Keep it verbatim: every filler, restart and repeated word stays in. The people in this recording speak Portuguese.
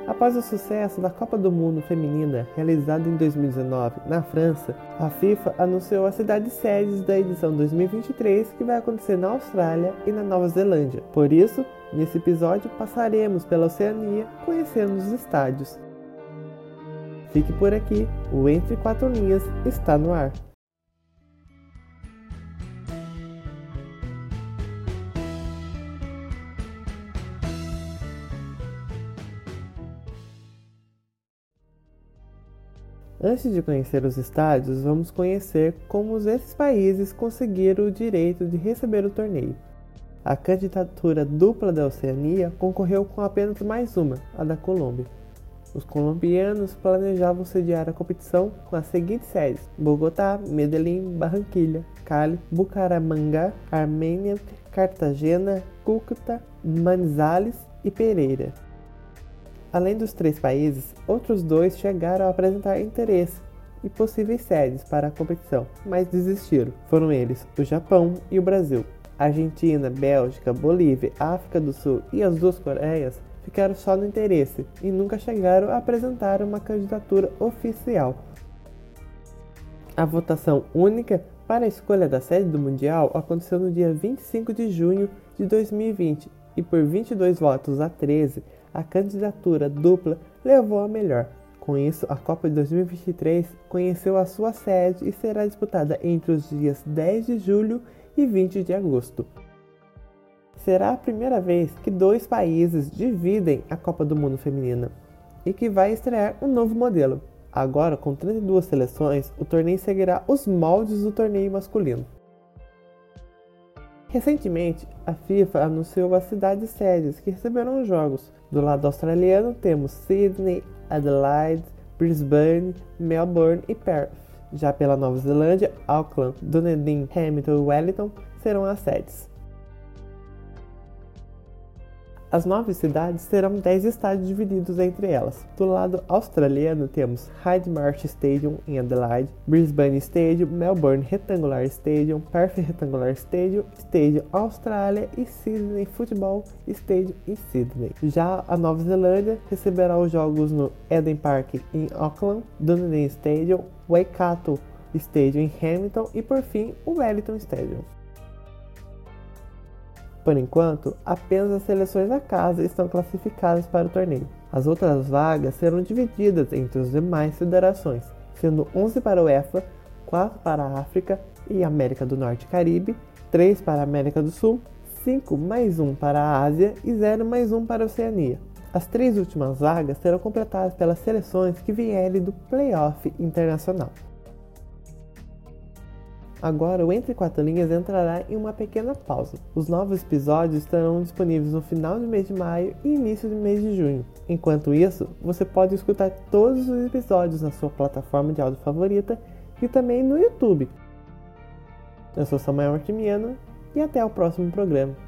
Após o sucesso da Copa do Mundo Feminina, realizada em dois mil e dezenove na França, a FIFA anunciou as cidades sedes da edição dois mil e vinte e três, que vai acontecer na Austrália e na Nova Zelândia. Por isso, nesse episódio passaremos pela Oceania, conhecendo os estádios. Fique por aqui, o Entre Quatro Linhas está no ar. Antes de conhecer os estádios, vamos conhecer como esses países conseguiram o direito de receber o torneio. A candidatura dupla da Oceania concorreu com apenas mais uma, a da Colômbia. Os colombianos planejavam sediar a competição com as seguintes sedes: Bogotá, Medellín, Barranquilla, Cali, Bucaramanga, Armênia, Cartagena, Cúcuta, Manizales e Pereira. Além dos três países, outros dois chegaram a apresentar interesse e possíveis sedes para a competição, mas desistiram. Foram eles o Japão e o Brasil. Argentina, Bélgica, Bolívia, África do Sul e as duas Coreias ficaram só no interesse e nunca chegaram a apresentar uma candidatura oficial. A votação única para a escolha da sede do Mundial aconteceu no dia vinte e cinco de junho de dois mil e vinte e por vinte e dois votos a treze, a candidatura dupla levou a melhor. Com isso, a Copa de dois mil e vinte e três conheceu a sua sede e será disputada entre os dias dez de julho e vinte de agosto. Será a primeira vez que dois países dividem a Copa do Mundo Feminina e que vai estrear um novo modelo. Agora, com trinta e duas seleções, o torneio seguirá os moldes do torneio masculino. Recentemente, a FIFA anunciou as cidades sedes que receberão os jogos. Do lado australiano temos Sydney, Adelaide, Brisbane, Melbourne e Perth. Já pela Nova Zelândia, Auckland, Dunedin, Hamilton e Wellington serão as sedes. As nove cidades terão dez estádios divididos entre elas. Do lado australiano temos Hyde Marsh Stadium em Adelaide, Brisbane Stadium, Melbourne Rectangular Stadium, Perth Rectangular Stadium, Stadium Austrália e Sydney Football Stadium em Sydney. Já a Nova Zelândia receberá os jogos no Eden Park em Auckland, Dunedin Stadium, Waikato Stadium em Hamilton e por fim o Wellington Stadium. Por enquanto, apenas as seleções da casa estão classificadas para o torneio. As outras vagas serão divididas entre as demais federações, sendo onze para a UEFA, quatro para a África e América do Norte e Caribe, três para a América do Sul, cinco mais um para a Ásia e zero mais um para a Oceania. As três últimas vagas serão completadas pelas seleções que vierem do Play-Off Internacional. Agora o Entre Quatro Linhas entrará em uma pequena pausa. Os novos episódios estarão disponíveis no final do mês de maio e início do mês de junho. Enquanto isso, você pode escutar todos os episódios na sua plataforma de áudio favorita e também no YouTube. Eu sou Samuel Martimiano e até o próximo programa.